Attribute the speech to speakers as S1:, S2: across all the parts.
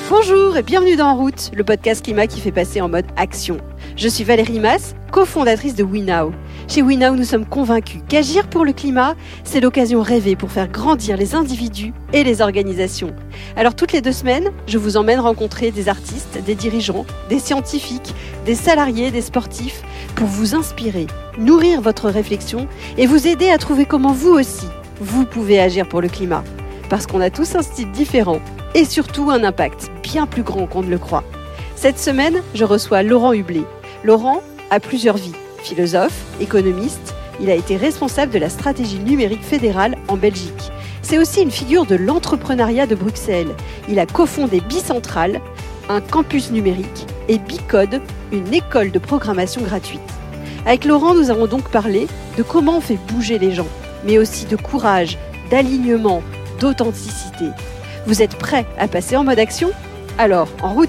S1: Bonjour et bienvenue dans En Route, le podcast climat qui fait passer en mode action. Je suis Valérie Mas, cofondatrice de WeNow. Chez WeNow, nous sommes convaincus qu'agir pour le climat, c'est l'occasion rêvée pour faire grandir les individus et les organisations. Alors toutes les 2 semaines, je vous emmène rencontrer des artistes, des dirigeants, des scientifiques, des salariés, des sportifs, pour vous inspirer, nourrir votre réflexion et vous aider à trouver comment vous aussi, vous pouvez agir pour le climat. Parce qu'on a tous un style différent et surtout un impact bien plus grand qu'on ne le croit. Cette semaine, je reçois Laurent Hublé. Laurent a plusieurs vies. Philosophe, économiste, il a été responsable de la stratégie numérique fédérale en Belgique. C'est aussi une figure de l'entrepreneuriat de Bruxelles. Il a cofondé Bicentral, un campus numérique, et Bicode, une école de programmation gratuite. Avec Laurent, nous avons donc parlé de comment on fait bouger les gens, mais aussi de courage, d'alignement, d'authenticité. Vous êtes prêts à passer en mode action ? Alors, en route !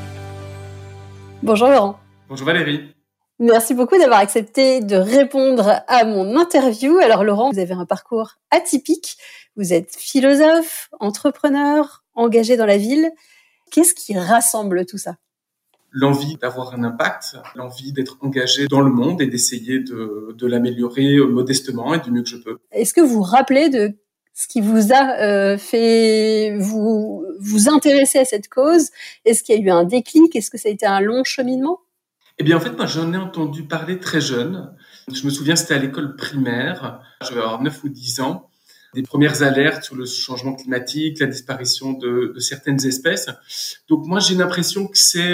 S1: Bonjour Laurent.
S2: Bonjour Valérie.
S1: Merci beaucoup d'avoir accepté de répondre à mon interview. Alors Laurent, vous avez un parcours atypique. Vous êtes philosophe, entrepreneur, engagé dans la ville. Qu'est-ce qui rassemble tout ça ?
S2: L'envie d'avoir un impact, l'envie d'être engagé dans le monde et d'essayer de l'améliorer modestement et du mieux que je peux.
S1: Est-ce que vous vous rappelez de ce qui vous a fait vous intéresser à cette cause ? Est-ce qu'il y a eu un déclic ? Est-ce que ça a été un long cheminement ?
S2: Eh bien, en fait, moi, j'en ai entendu parler très jeune. Je me souviens, c'était à l'école primaire. Je vais avoir 9 ou 10 ans. Des premières alertes sur le changement climatique, la disparition de certaines espèces. Donc, moi, j'ai l'impression que c'est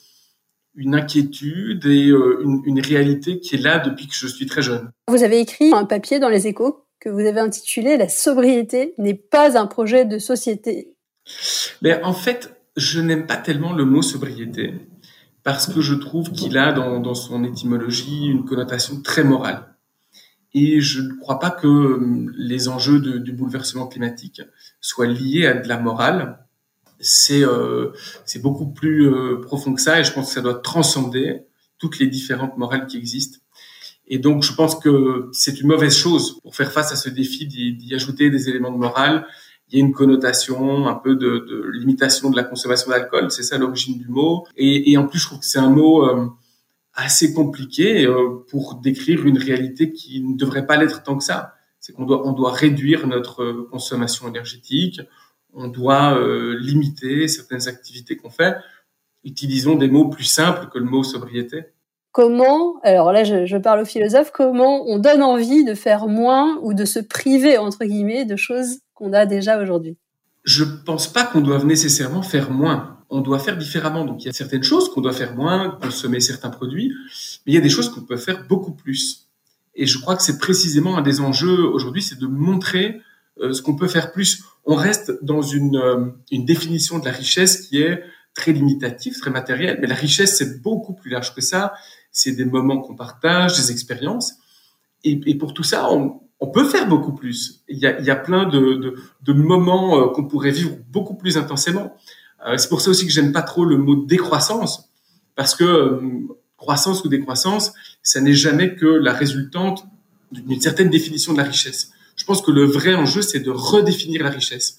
S2: une inquiétude et une réalité qui est là depuis que je suis très jeune.
S1: Vous avez écrit un papier dans Les Échos que vous avez intitulé « La sobriété n'est pas un projet de société ».
S2: Mais en fait, je n'aime pas tellement le mot sobriété parce que je trouve qu'il a dans son étymologie une connotation très morale. Et je ne crois pas que les enjeux du bouleversement climatique soient liés à de la morale. C'est beaucoup plus profond que ça et je pense que ça doit transcender toutes les différentes morales qui existent. Et donc, je pense que c'est une mauvaise chose pour faire face à ce défi d'y ajouter des éléments de morale. Il y a une connotation un peu de limitation de la consommation d'alcool, c'est ça l'origine du mot. Et en plus, je trouve que c'est un mot assez compliqué pour décrire une réalité qui ne devrait pas l'être tant que ça. C'est qu'on doit réduire notre consommation énergétique, on doit limiter certaines activités qu'on fait. Utilisons des mots plus simples que le mot sobriété.
S1: Comment, alors là je parle aux philosophes, comment on donne envie de faire moins ou de se priver, entre guillemets, de choses qu'on a déjà aujourd'hui ?
S2: Je pense pas qu'on doive nécessairement faire moins. On doit faire différemment. Donc il y a certaines choses qu'on doit faire moins, consommer certains produits, mais il y a des choses qu'on peut faire beaucoup plus. Et je crois que c'est précisément un des enjeux aujourd'hui, c'est de montrer ce qu'on peut faire plus. On reste dans une définition de la richesse qui est très limitative, très matérielle, mais la richesse c'est beaucoup plus large que ça. C'est des moments qu'on partage, des expériences. Et pour tout ça, on peut faire beaucoup plus. Il y a plein de moments qu'on pourrait vivre beaucoup plus intensément. C'est pour ça aussi que j'aime pas trop le mot décroissance, parce que croissance ou décroissance, ça n'est jamais que la résultante d'une certaine définition de la richesse. Je pense que le vrai enjeu, c'est de redéfinir la richesse.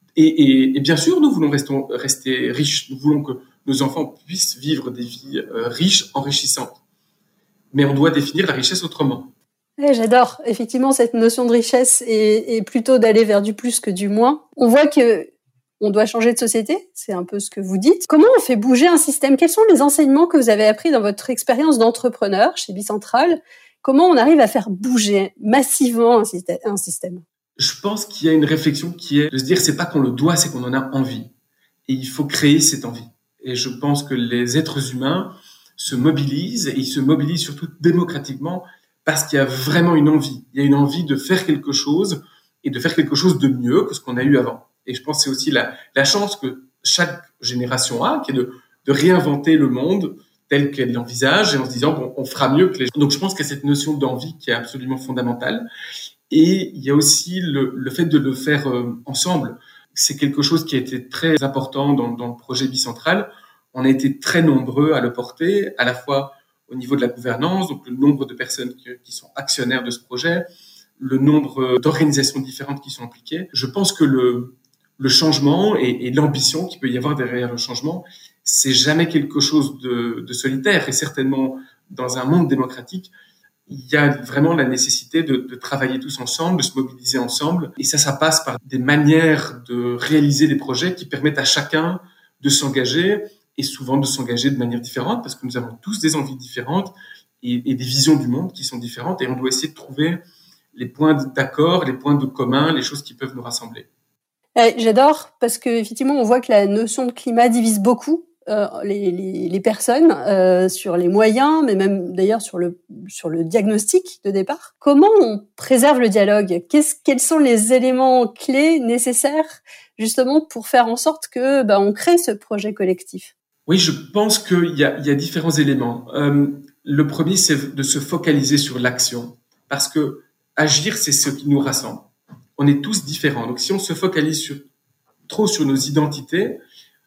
S2: Et bien sûr, nous voulons rester riches. Nous voulons que nos enfants puissent vivre des vies riches, enrichissantes. Mais on doit définir la richesse autrement.
S1: Ouais, j'adore effectivement cette notion de richesse et plutôt d'aller vers du plus que du moins. On voit que on doit changer de société, c'est un peu ce que vous dites. Comment on fait bouger un système ? Quels sont les enseignements que vous avez appris dans votre expérience d'entrepreneur chez Bicentral ? Comment on arrive à faire bouger massivement un système ?
S2: Je pense qu'il y a une réflexion qui est de se dire c'est pas qu'on le doit, c'est qu'on en a envie. Et il faut créer cette envie. Et je pense que les êtres humains se mobilisent et ils se mobilisent surtout démocratiquement parce qu'il y a vraiment une envie. Il y a une envie de faire quelque chose et de faire quelque chose de mieux que ce qu'on a eu avant. Et je pense que c'est aussi la chance que chaque génération a, qui est de réinventer le monde tel qu'elle l'envisage et en se disant bon, on fera mieux que les gens. Donc je pense qu'il y a cette notion d'envie qui est absolument fondamentale. Et il y a aussi le fait de le faire ensemble. C'est quelque chose qui a été très important dans le projet Bicentral. On a été très nombreux à le porter, à la fois au niveau de la gouvernance, donc le nombre de personnes qui sont actionnaires de ce projet, le nombre d'organisations différentes qui sont impliquées. Je pense que le changement et l'ambition qu'il peut y avoir derrière le changement, c'est jamais quelque chose de solitaire. Et certainement, dans un monde démocratique, il y a vraiment la nécessité de travailler tous ensemble, de se mobiliser ensemble. Et ça passe par des manières de réaliser des projets qui permettent à chacun de s'engager, et souvent de s'engager de manière différente, parce que nous avons tous des envies différentes et des visions du monde qui sont différentes, et on doit essayer de trouver les points d'accord, les points de commun, les choses qui peuvent nous rassembler.
S3: J'adore, parce que effectivement, on voit que la notion de climat divise beaucoup les personnes sur les moyens, mais même d'ailleurs sur le diagnostic de départ. Comment on préserve le dialogue ? Quels sont les éléments clés nécessaires justement pour faire en sorte que on crée ce projet collectif ?
S2: Oui, je pense qu'il y a différents éléments. Le premier, c'est de se focaliser sur l'action, parce que agir, c'est ce qui nous rassemble. On est tous différents. Donc, si on se focalise trop sur nos identités,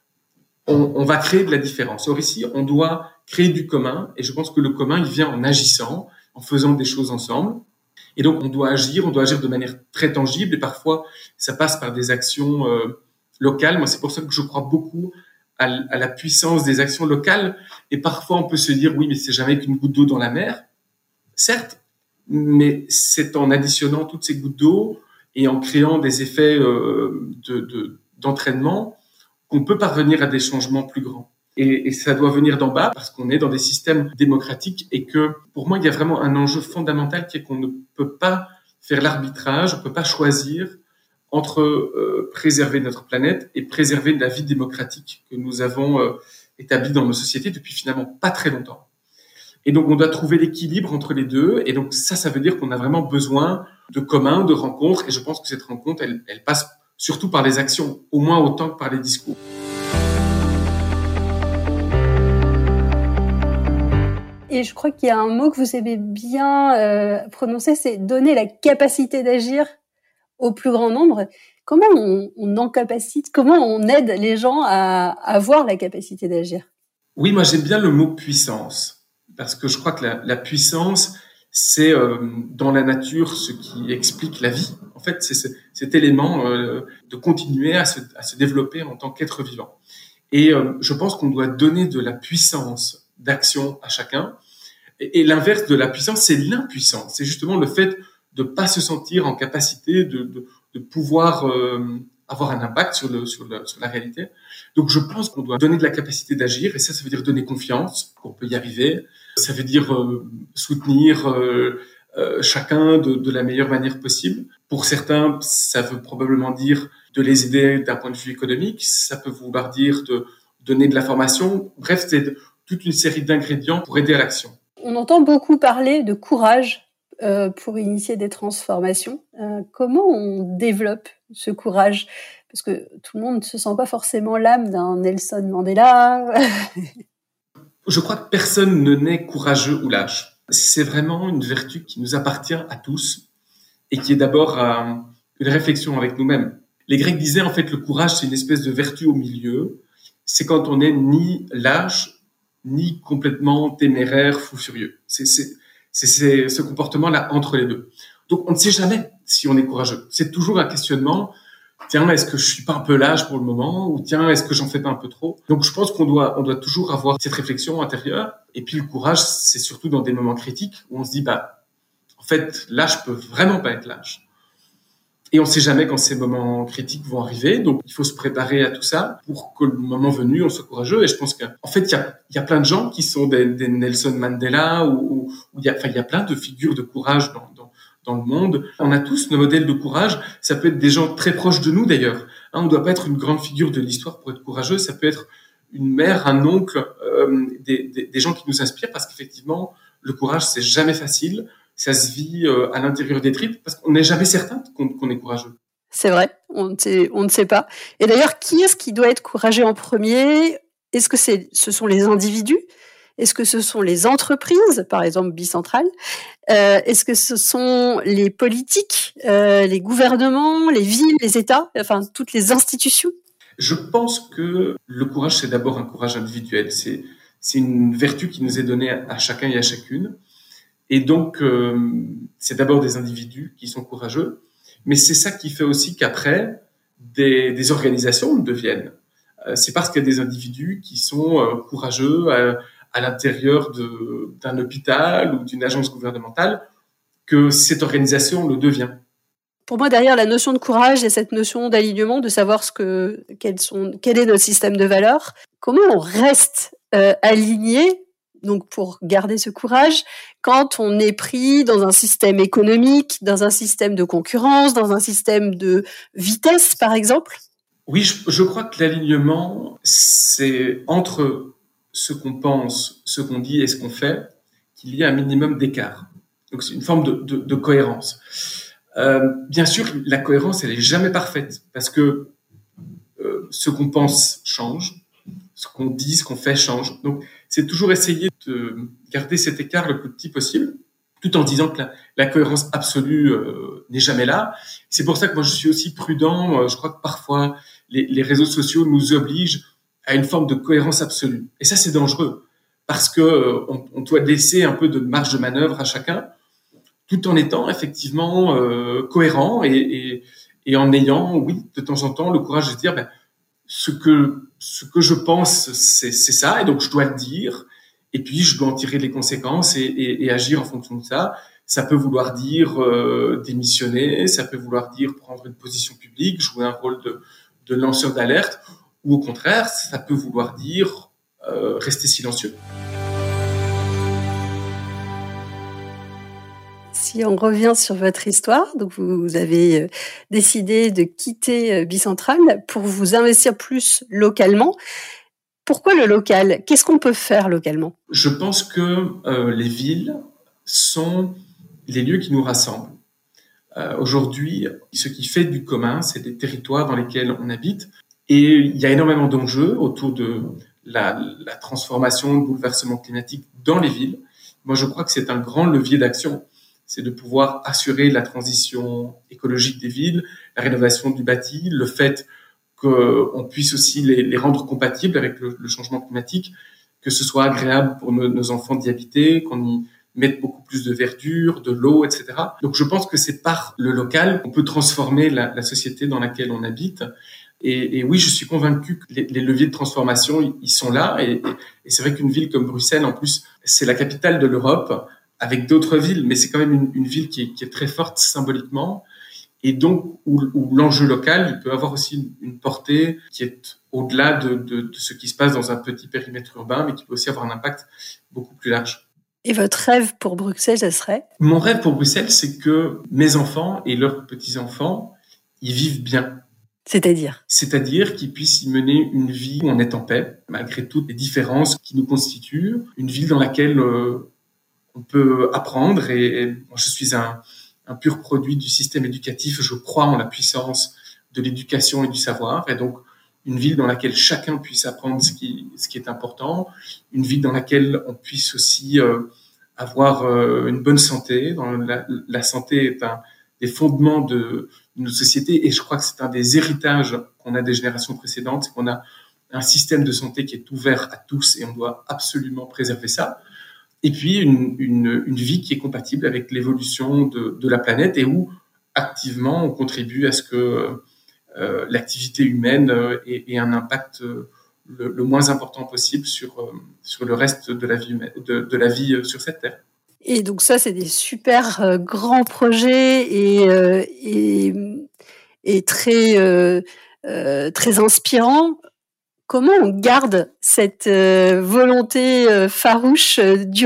S2: on va créer de la différence. Or ici, on doit créer du commun, et je pense que le commun, il vient en agissant, en faisant des choses ensemble. Et donc, on doit agir de manière très tangible, et parfois, ça passe par des actions locales. Moi, c'est pour ça que je crois beaucoup à la puissance des actions locales. Et parfois, on peut se dire, oui, mais c'est jamais qu'une goutte d'eau dans la mer. Certes, mais c'est en additionnant toutes ces gouttes d'eau et en créant des effets d'entraînement qu'on peut parvenir à des changements plus grands. Et ça doit venir d'en bas, parce qu'on est dans des systèmes démocratiques, et que pour moi, il y a vraiment un enjeu fondamental qui est qu'on ne peut pas faire l'arbitrage, on ne peut pas choisir entre préserver notre planète et préserver la vie démocratique que nous avons établie dans nos sociétés depuis finalement pas très longtemps. Et donc, on doit trouver l'équilibre entre les deux. Et donc, ça veut dire qu'on a vraiment besoin de commun, de rencontres. Et je pense que cette rencontre, elle passe surtout par les actions, au moins autant que par les discours.
S3: Et je crois qu'il y a un mot que vous aimez bien prononcer, c'est donner la capacité d'agir au plus grand nombre. Comment on encapacite, comment on aide les gens à avoir la capacité d'agir ?
S2: Oui, moi j'aime bien le mot puissance, parce que je crois que la puissance, c'est dans la nature ce qui explique la vie. En fait, c'est cet élément de continuer à se développer en tant qu'être vivant. Et je pense qu'on doit donner de la puissance d'action à chacun. Et l'inverse de la puissance, c'est l'impuissance. C'est justement le fait de pas se sentir en capacité de pouvoir avoir un impact sur la réalité. Donc, je pense qu'on doit donner de la capacité d'agir, et ça veut dire donner confiance qu'on peut y arriver. Ça veut dire soutenir chacun de la meilleure manière possible. Pour certains, ça veut probablement dire de les aider d'un point de vue économique. Ça peut vouloir dire de donner de la formation. Bref, c'est toute une série d'ingrédients pour aider à l'action.
S3: On entend beaucoup parler de courage pour initier des transformations. Comment on développe ce courage ? Parce que tout le monde ne se sent pas forcément l'âme d'un Nelson Mandela.
S2: Je crois que personne ne naît courageux ou lâche. C'est vraiment une vertu qui nous appartient à tous et qui est d'abord une réflexion avec nous-mêmes. Les Grecs disaient, en fait, le courage, c'est une espèce de vertu au milieu. C'est quand on n'est ni lâche, ni complètement téméraire, fou furieux. C'est ce comportement-là entre les deux. Donc, on ne sait jamais si on est courageux. C'est toujours un questionnement. Tiens, est-ce que je suis pas un peu lâche pour le moment? Ou tiens, est-ce que j'en fais pas un peu trop? Donc, je pense qu'on doit toujours avoir cette réflexion intérieure. Et puis, le courage, c'est surtout dans des moments critiques où on se dit, en fait, là, je peux vraiment pas être lâche. Et on sait jamais quand ces moments critiques vont arriver. Donc, il faut se préparer à tout ça pour que le moment venu, on soit courageux. Et je pense qu'en fait, il y a plein de gens qui sont des Nelson Mandela ou il y a plein de figures de courage dans le monde. On a tous nos modèles de courage. Ça peut être des gens très proches de nous, d'ailleurs. On ne doit pas être une grande figure de l'histoire pour être courageux. Ça peut être une mère, un oncle, des gens qui nous inspirent, parce qu'effectivement, le courage, c'est jamais facile. Ça se vit à l'intérieur des tripes, parce qu'on n'est jamais certain qu'on est courageux.
S3: C'est vrai, on ne sait pas. Et d'ailleurs, qui est-ce qui doit être courageux en premier ? Est-ce que ce sont les individus ? Est-ce que ce sont les entreprises, par exemple Bicentral ? Est-ce que ce sont les politiques, les gouvernements, les villes, les États, enfin toutes les institutions ?
S2: Je pense que le courage, c'est d'abord un courage individuel. C'est une vertu qui nous est donnée à chacun et à chacune. Et donc, c'est d'abord des individus qui sont courageux. Mais c'est ça qui fait aussi qu'après, des organisations le deviennent. C'est parce qu'il y a des individus qui sont courageux à l'intérieur d'un hôpital ou d'une agence gouvernementale que cette organisation le devient.
S3: Pour moi, derrière la notion de courage, il y a cette notion d'alignement, de savoir quel est notre système de valeurs. Comment on reste aligné, donc pour garder ce courage, quand on est pris dans un système économique, dans un système de concurrence, dans un système de vitesse, par exemple?
S2: Oui, je crois que l'alignement, c'est entre ce qu'on pense, ce qu'on dit et ce qu'on fait, qu'il y a un minimum d'écart. Donc c'est une forme de cohérence. Bien sûr, la cohérence, elle est jamais parfaite parce que ce qu'on pense change, ce qu'on dit, ce qu'on fait change. Donc, c'est toujours essayer de garder cet écart le plus petit possible, tout en disant que la cohérence absolue n'est jamais là. C'est pour ça que moi, je suis aussi prudent. Je crois que parfois, les réseaux sociaux nous obligent à une forme de cohérence absolue. Et ça, c'est dangereux parce que on doit laisser un peu de marge de manœuvre à chacun, tout en étant effectivement cohérent et en ayant, oui, de temps en temps, le courage de dire ce que je pense, c'est ça, et donc je dois le dire, et puis je dois en tirer les conséquences et agir en fonction de ça. Ça peut vouloir dire démissionner, ça peut vouloir dire prendre une position publique, jouer un rôle de lanceur d'alerte, ou au contraire, ça peut vouloir dire rester silencieux.
S3: Si on revient sur votre histoire, donc vous avez décidé de quitter Bicentrale pour vous investir plus localement. Pourquoi le local ? Qu'est-ce qu'on peut faire localement ?
S2: Je pense que les villes sont les lieux qui nous rassemblent. Aujourd'hui, ce qui fait du commun, c'est des territoires dans lesquels on habite. Et il y a énormément d'enjeux autour de la transformation, le bouleversement climatique dans les villes. Moi, je crois que c'est un grand levier d'action. C'est de pouvoir assurer la transition écologique des villes, la rénovation du bâti, le fait qu'on puisse aussi les rendre compatibles avec le changement climatique, que ce soit agréable pour nos enfants d'y habiter, qu'on y mette beaucoup plus de verdure, de l'eau, etc. Donc je pense que c'est par le local qu'on peut transformer la société dans laquelle on habite. Et oui, je suis convaincu que les leviers de transformation, ils sont là. Et c'est vrai qu'une ville comme Bruxelles, en plus, c'est la capitale de l'Europe, avec d'autres villes, mais c'est quand même une ville qui est très forte symboliquement, et donc où l'enjeu local, il peut avoir aussi une portée qui est au-delà de ce qui se passe dans un petit périmètre urbain, mais qui peut aussi avoir un impact beaucoup plus large.
S3: Et votre rêve pour Bruxelles, ça serait ?
S2: Mon rêve pour Bruxelles, c'est que mes enfants et leurs petits-enfants, ils vivent bien. C'est-à-dire qu'ils puissent y mener une vie où on est en paix, malgré toutes les différences qui nous constituent, une ville dans laquelle on peut apprendre, et moi, je suis un pur produit du système éducatif. Je crois en la puissance de l'éducation et du savoir, et donc une ville dans laquelle chacun puisse apprendre ce qui est important, une ville dans laquelle on puisse aussi avoir une bonne santé. La santé est un des fondements de notre société, et je crois que c'est un des héritages qu'on a des générations précédentes, c'est qu'on a un système de santé qui est ouvert à tous, et on doit absolument préserver ça. Et puis une vie qui est compatible avec l'évolution de la planète, et où activement on contribue à ce que l'activité humaine ait un impact le moins important possible sur le reste de la vie humaine, de la vie sur cette terre.
S3: Et donc ça, c'est des super grands projets et très très inspirants. Comment on garde cette volonté farouche durablement ?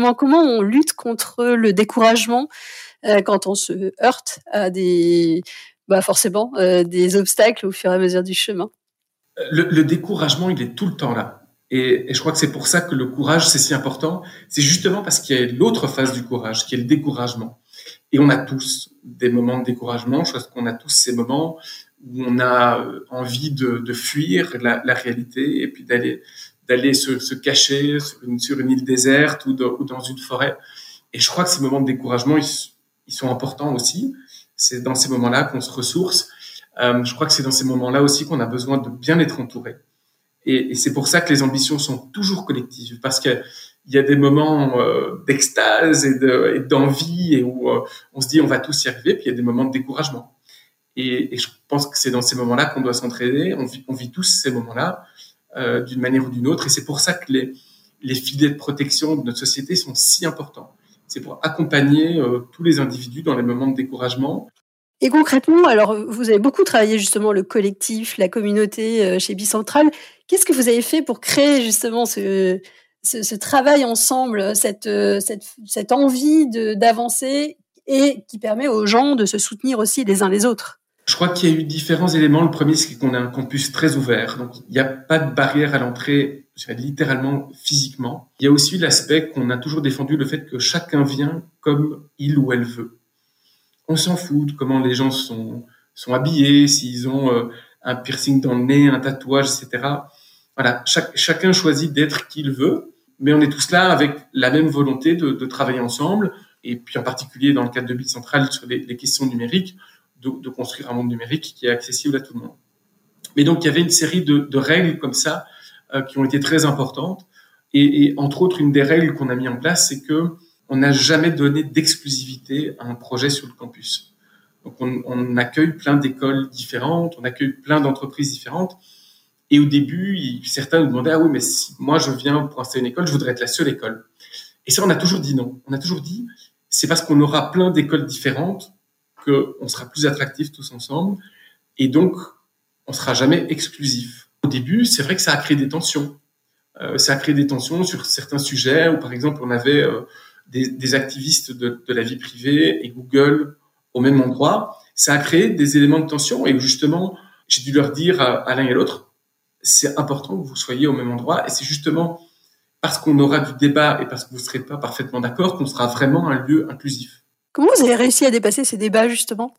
S3: Comment on lutte contre le découragement quand on se heurte à forcément des obstacles au fur et à mesure du chemin ?
S2: Le découragement, il est tout le temps là. Et je crois que c'est pour ça que le courage, c'est si important. C'est justement parce qu'il y a l'autre face du courage, qui est le découragement. Et on a tous des moments de découragement. Je pense qu'on a tous ces moments où on a envie de fuir la réalité, et puis d'aller se cacher sur une île déserte ou dans une forêt. Et je crois que ces moments de découragement, ils sont importants aussi. C'est dans ces moments-là qu'on se ressource. Je crois que c'est dans ces moments-là aussi qu'on a besoin de bien être entouré. Et c'est pour ça que les ambitions sont toujours collectives, parce qu'il y a des moments d'extase et d'envie, et où on se dit on va tous y arriver, puis il y a des moments de découragement. Et je pense que c'est dans ces moments-là qu'on doit s'entraider. On vit tous ces moments-là d'une manière ou d'une autre. Et c'est pour ça que les filets de protection de notre société sont si importants. C'est pour accompagner tous les individus dans les moments de découragement.
S3: Et concrètement, alors vous avez beaucoup travaillé justement le collectif, la communauté chez Bicentral. Qu'est-ce que vous avez fait pour créer justement ce travail ensemble, cette envie d'avancer et qui permet aux gens de se soutenir aussi les uns les autres?
S2: Je crois qu'il y a eu différents éléments. Le premier, c'est qu'on a un campus très ouvert. Donc, il n'y a pas de barrière à l'entrée, littéralement, physiquement. Il y a aussi l'aspect qu'on a toujours défendu, le fait que chacun vient comme il ou elle veut. On s'en fout de comment les gens sont habillés, s'ils ont un piercing dans le nez, un tatouage, etc. Voilà, chacun choisit d'être qui il veut, mais on est tous là avec la même volonté de travailler ensemble, et puis en particulier dans le cadre de Bicentral sur les questions numériques, de construire un monde numérique qui est accessible à tout le monde. Mais donc, il y avait une série de règles comme ça qui ont été très importantes, et entre autres, une des règles qu'on a mis en place, c'est que on n'a jamais donné d'exclusivité à un projet sur le campus. Donc, on accueille plein d'écoles différentes, on accueille plein d'entreprises différentes. Et au début, certains nous demandaient « Ah oui, mais si moi je viens pour installer une école, je voudrais être la seule école. » Et ça, on a toujours dit non. On a toujours dit c'est parce qu'on aura plein d'écoles différentes qu'on sera plus attractifs tous ensemble. Et donc, on sera jamais exclusif. Au début, c'est vrai que ça a créé des tensions. Ça a créé des tensions sur certains sujets où, par exemple, on avait des activistes de la vie privée et Google au même endroit. Ça a créé des éléments de tension et où, justement, j'ai dû leur dire à l'un et à l'autre, c'est important que vous soyez au même endroit et c'est justement parce qu'on aura du débat et parce que vous ne serez pas parfaitement d'accord qu'on sera vraiment un lieu inclusif.
S3: Comment vous avez réussi à dépasser ces débats, justement?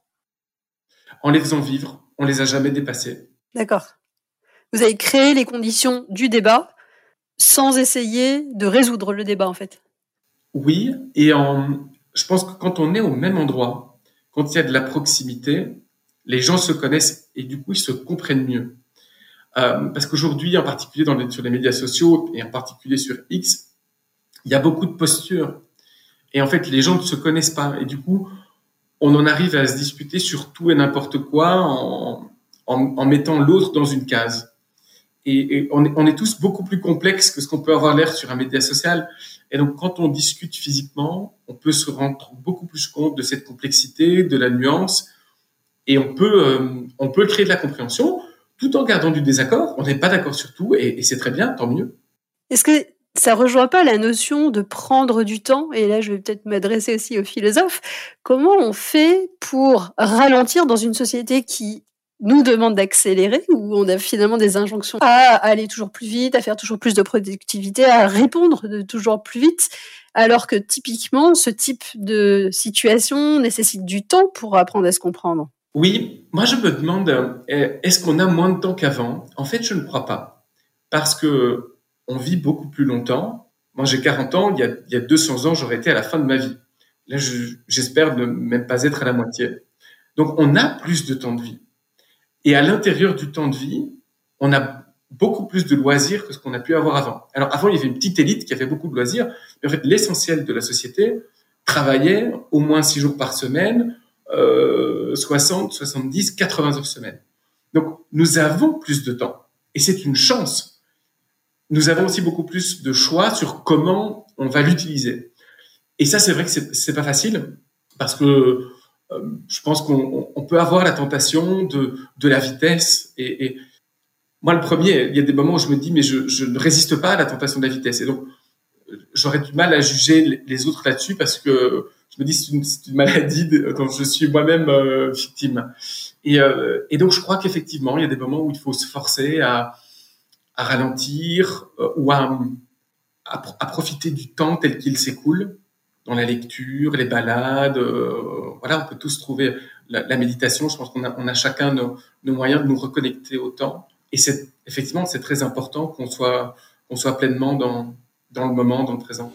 S2: En les faisant vivre, on les a jamais dépassés.
S3: D'accord. Vous avez créé les conditions du débat sans essayer de résoudre le débat, en fait.
S2: Oui, et je pense que quand on est au même endroit, quand il y a de la proximité, les gens se connaissent et du coup, ils se comprennent mieux. Parce qu'aujourd'hui, en particulier sur les médias sociaux et en particulier sur X, il y a beaucoup de postures. Et en fait, les gens ne se connaissent pas. Et du coup, on en arrive à se disputer sur tout et n'importe quoi en mettant l'autre dans une case. Et on est tous beaucoup plus complexes que ce qu'on peut avoir l'air sur un média social. Et donc, quand on discute physiquement, on peut se rendre beaucoup plus compte de cette complexité, de la nuance. Et on peut créer de la compréhension tout en gardant du désaccord. On n'est pas d'accord sur tout et c'est très bien, tant mieux.
S3: Est-ce que ça rejoint pas la notion de prendre du temps? Et là, je vais peut-être m'adresser aussi aux philosophes. Comment on fait pour ralentir dans une société qui nous demande d'accélérer, où on a finalement des injonctions à aller toujours plus vite, à faire toujours plus de productivité, à répondre de toujours plus vite, alors que typiquement, ce type de situation nécessite du temps pour apprendre à se comprendre?
S2: Oui, moi je me demande, est-ce qu'on a moins de temps qu'avant? En fait, je ne crois pas. Parce que on vit beaucoup plus longtemps. Moi, j'ai 40 ans, il y a 200 ans, j'aurais été à la fin de ma vie. Là, j'espère ne même pas être à la moitié. Donc, on a plus de temps de vie. Et à l'intérieur du temps de vie, on a beaucoup plus de loisirs que ce qu'on a pu avoir avant. Alors, avant, il y avait une petite élite qui avait beaucoup de loisirs. Mais en fait, l'essentiel de la société travaillait au moins 6 jours par semaine, 60, 70, 80 heures semaine. Donc, nous avons plus de temps. Et c'est une chance. Nous avons aussi beaucoup plus de choix sur comment on va l'utiliser. Et ça, c'est vrai que c'est pas facile parce que je pense qu'on peut avoir la tentation de la vitesse. Et moi, le premier, il y a des moments où je me dis, mais je ne résiste pas à la tentation de la vitesse. Et donc, j'aurais du mal à juger les autres là-dessus parce que je me dis c'est une maladie dont je suis moi-même victime. Et donc, je crois qu'effectivement, il y a des moments où il faut se forcer à ralentir ou à profiter du temps tel qu'il s'écoule dans la lecture, les balades. Voilà, on peut tous trouver la méditation. Je pense qu'on a chacun nos moyens de nous reconnecter au temps. Et effectivement, c'est très important qu'on soit pleinement dans le moment, dans le présent.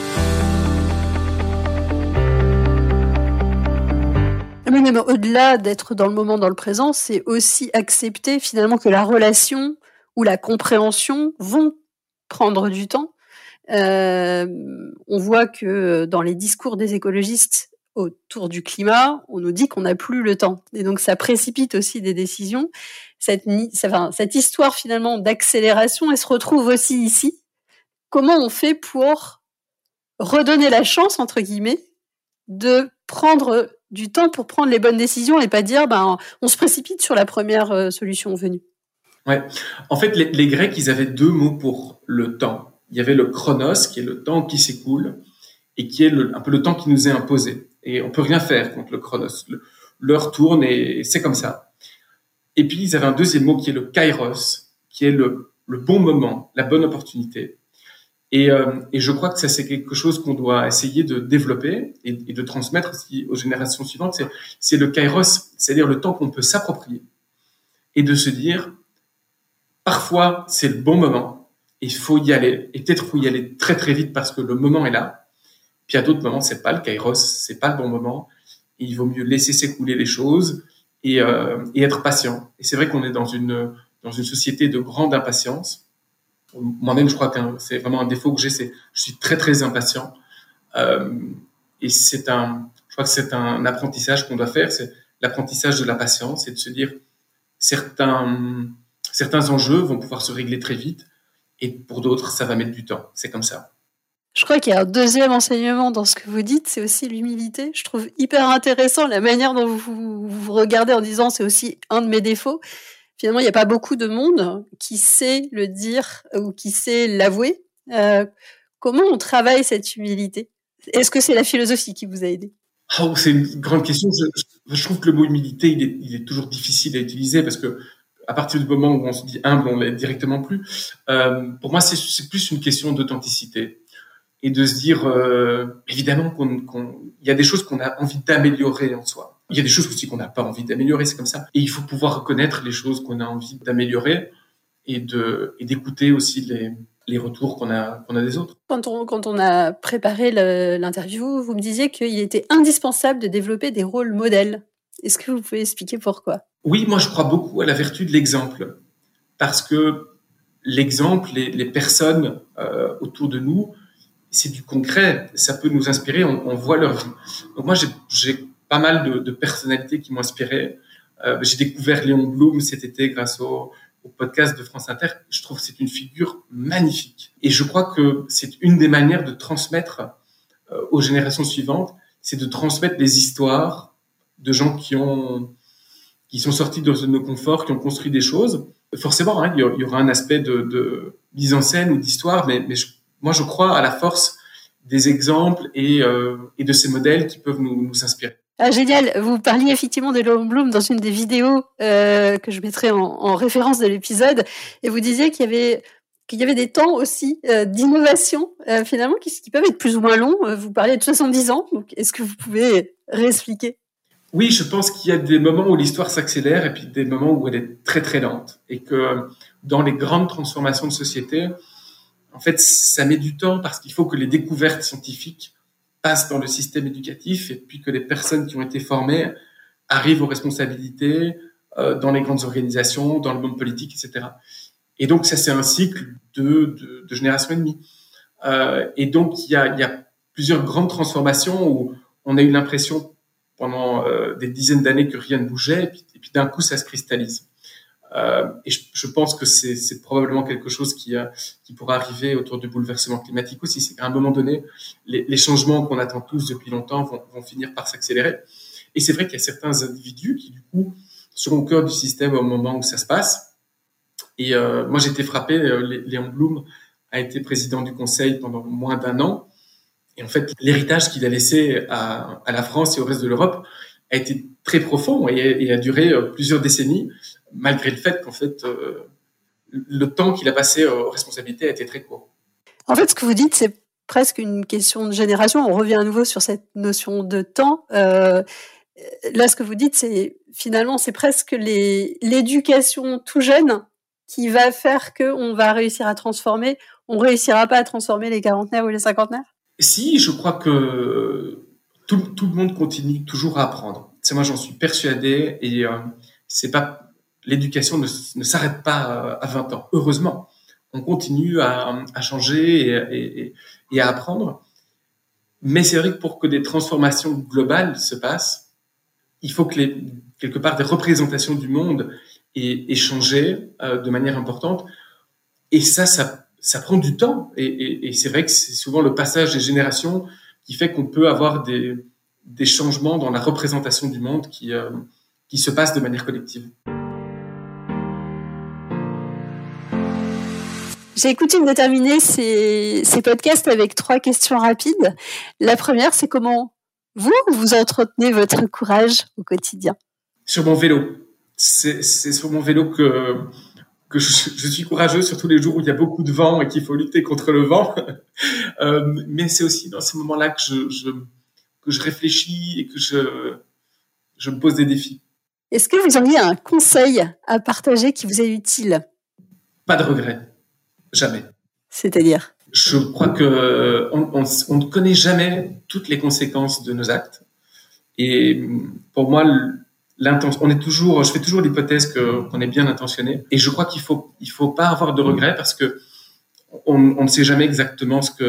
S3: Mais même au-delà d'être dans le moment, dans le présent, c'est aussi accepter finalement que la relation ou la compréhension vont prendre du temps. On voit que dans les discours des écologistes, autour du climat, on nous dit qu'on n'a plus le temps. Et donc, ça précipite aussi des décisions. Cette histoire, finalement, d'accélération, elle se retrouve aussi ici. Comment on fait pour redonner la chance, entre guillemets, de prendre du temps pour prendre les bonnes décisions et pas dire, on se précipite sur la première solution venue?
S2: Ouais. En fait, les Grecs, ils avaient 2 mots pour le temps. Il y avait le chronos, qui est le temps qui s'écoule, et qui est un peu le temps qui nous est imposé. Et on peut rien faire contre le chronos. L'heure tourne et c'est comme ça. Et puis, ils avaient un deuxième mot qui est le kairos, qui est le bon moment, la bonne opportunité. Et je crois que ça, c'est quelque chose qu'on doit essayer de développer et de transmettre aussi aux générations suivantes. C'est le kairos, c'est-à-dire le temps qu'on peut s'approprier et de se dire, parfois, c'est le bon moment, il faut y aller, et peut-être faut y aller très très vite parce que le moment est là. Puis à d'autres moments, c'est pas le kairos, c'est pas le bon moment. Et il vaut mieux laisser s'écouler les choses et être patient. Et c'est vrai qu'on est dans une société de grande impatience. Moi-même, je crois que c'est vraiment un défaut que j'ai, je suis très très impatient. Et je crois que c'est un apprentissage qu'on doit faire, c'est l'apprentissage de la patience et de se dire certains enjeux vont pouvoir se régler très vite et pour d'autres, ça va mettre du temps. C'est comme ça.
S3: Je crois qu'il y a un deuxième enseignement dans ce que vous dites, c'est aussi l'humilité. Je trouve hyper intéressant la manière dont vous regardez en disant c'est aussi un de mes défauts. Finalement, il n'y a pas beaucoup de monde qui sait le dire ou qui sait l'avouer. Comment on travaille cette humilité? Est-ce que c'est la philosophie qui vous a aidé?
S2: C'est une grande question. Je trouve que le mot humilité, il est toujours difficile à utiliser parce que à partir du moment où on se dit humble, on l'est directement plus. Pour moi, c'est plus une question d'authenticité et de se dire, évidemment, il y a des choses qu'on a envie d'améliorer en soi. Il y a des choses aussi qu'on n'a pas envie d'améliorer, c'est comme ça. Et il faut pouvoir reconnaître les choses qu'on a envie d'améliorer et d'écouter aussi les retours qu'on a des autres.
S3: Quand on a préparé l'interview, vous me disiez qu'il était indispensable de développer des rôles modèles. Est-ce que vous pouvez expliquer pourquoi?
S2: Oui, moi je crois beaucoup à la vertu de l'exemple. Parce que l'exemple, les personnes autour de nous, c'est du concret, ça peut nous inspirer, on voit leur vie. Donc moi j'ai pas mal de personnalités qui m'ont inspiré. J'ai découvert Léon Blum cet été grâce au podcast de France Inter. Je trouve que c'est une figure magnifique. Et je crois que c'est une des manières de transmettre aux générations suivantes, c'est de transmettre des histoires de gens qui sont sortis de nos conforts, qui ont construit des choses. Forcément, il y aura un aspect de mise en scène ou d'histoire, mais moi je crois à la force des exemples et de ces modèles qui peuvent nous inspirer.
S3: Ah, génial. Vous parliez effectivement de Léon Blum dans une des vidéos que je mettrai en référence de l'épisode, et vous disiez qu'il y avait des temps aussi d'innovation finalement qui peuvent être plus ou moins longs. Vous parliez de 70 ans, donc est-ce que vous pouvez réexpliquer?
S2: Oui, je pense qu'il y a des moments où l'histoire s'accélère et puis des moments où elle est très très lente, et que dans les grandes transformations de société, en fait, ça met du temps parce qu'il faut que les découvertes scientifiques passent dans le système éducatif et puis que les personnes qui ont été formées arrivent aux responsabilités dans les grandes organisations, dans le monde politique, etc. Et donc, ça, c'est un cycle de génération et demie. Et donc, il y a plusieurs grandes transformations où on a eu l'impression pendant des dizaines d'années que rien ne bougeait et puis d'un coup, ça se cristallise. Et je pense que c'est probablement quelque chose qui pourra arriver autour du bouleversement climatique aussi. C'est qu'à un moment donné, les changements qu'on attend tous depuis longtemps vont finir par s'accélérer. Et c'est vrai qu'il y a certains individus qui, du coup, seront au cœur du système au moment où ça se passe. Et moi, j'ai été frappé. Léon Blum a été président du Conseil pendant moins d'1 an. Et en fait, l'héritage qu'il a laissé à la France et au reste de l'Europe a été très profond et a duré plusieurs décennies, malgré le fait qu'en fait, le temps qu'il a passé aux responsabilités a été très court.
S3: En fait, ce que vous dites, c'est presque une question de génération. On revient à nouveau sur cette notion de temps. Là, ce que vous dites, c'est finalement, c'est presque l'éducation tout jeune qui va faire qu'on va réussir à transformer. On réussira pas à transformer les quarantenaires ou les cinquantenaires?
S2: Si, je crois que tout le monde continue toujours à apprendre. Moi, j'en suis persuadé, et c'est pas, l'éducation ne s'arrête pas à 20 ans. Heureusement, on continue à changer et à apprendre. Mais c'est vrai que pour que des transformations globales se passent, il faut que quelque part des représentations du monde aient changé de manière importante. Et ça prend du temps. Et c'est vrai que c'est souvent le passage des générations qui fait qu'on peut avoir des changements dans la représentation du monde qui se passent de manière collective.
S3: J'ai coutume de terminer ces podcasts avec 3 questions rapides. La première, c'est comment vous entretenez votre courage au quotidien?
S2: Sur mon vélo. C'est sur mon vélo que je suis courageux, surtout les jours où il y a beaucoup de vent et qu'il faut lutter contre le vent. Mais c'est aussi dans ces moments-là que je réfléchis et que je me pose des défis.
S3: Est-ce que vous auriez un conseil à partager qui vous est utile?
S2: Pas de regret. Jamais.
S3: C'est-à-dire?
S2: Je crois que on ne connaît jamais toutes les conséquences de nos actes. Et pour moi, je fais toujours l'hypothèse qu'on est bien intentionné. Et je crois qu'il faut pas avoir de regrets parce que on ne sait jamais exactement ce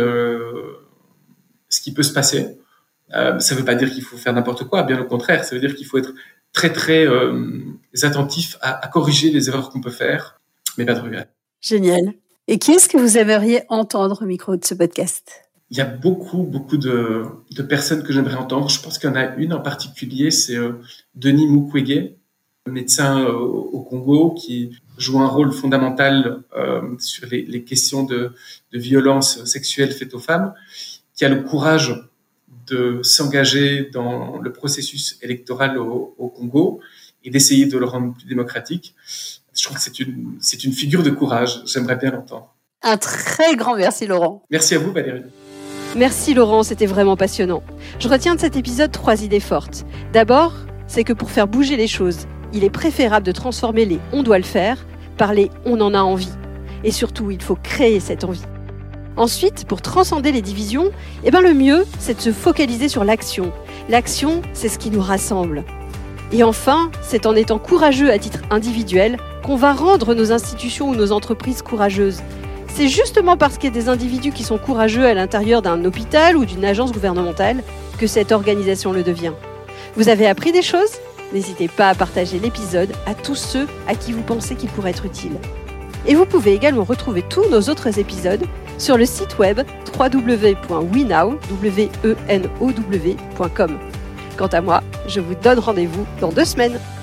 S2: qui peut se passer. Ça veut pas dire qu'il faut faire n'importe quoi. Bien au contraire, ça veut dire qu'il faut être très, très attentif à corriger les erreurs qu'on peut faire, mais pas de regrets.
S3: Génial. Et qui est-ce que vous aimeriez entendre au micro de ce podcast?
S2: Il y a beaucoup de personnes que j'aimerais entendre. Je pense qu'il y en a une en particulier, c'est Denis Mukwege, médecin au Congo, qui joue un rôle fondamental sur les questions de violence sexuelle faite aux femmes, qui a le courage de s'engager dans le processus électoral au Congo et d'essayer de le rendre plus démocratique. Je trouve que c'est une figure de courage. J'aimerais bien l'entendre.
S3: Un très grand merci, Laurent.
S2: Merci à vous, Valérie.
S1: Merci Laurent, c'était vraiment passionnant. Je retiens de cet épisode 3 idées fortes. D'abord, c'est que pour faire bouger les choses, il est préférable de transformer les « on doit le faire » par les « on en a envie ». Et surtout, il faut créer cette envie. Ensuite, pour transcender les divisions, le mieux, c'est de se focaliser sur l'action. L'action, c'est ce qui nous rassemble. Et enfin, c'est en étant courageux à titre individuel qu'on va rendre nos institutions ou nos entreprises courageuses. C'est justement parce qu'il y a des individus qui sont courageux à l'intérieur d'un hôpital ou d'une agence gouvernementale que cette organisation le devient. Vous avez appris des choses ? N'hésitez pas à partager l'épisode à tous ceux à qui vous pensez qu'il pourrait être utile. Et vous pouvez également retrouver tous nos autres épisodes sur le site web www.wenow.com. Quant à moi, je vous donne rendez-vous dans 2 semaines.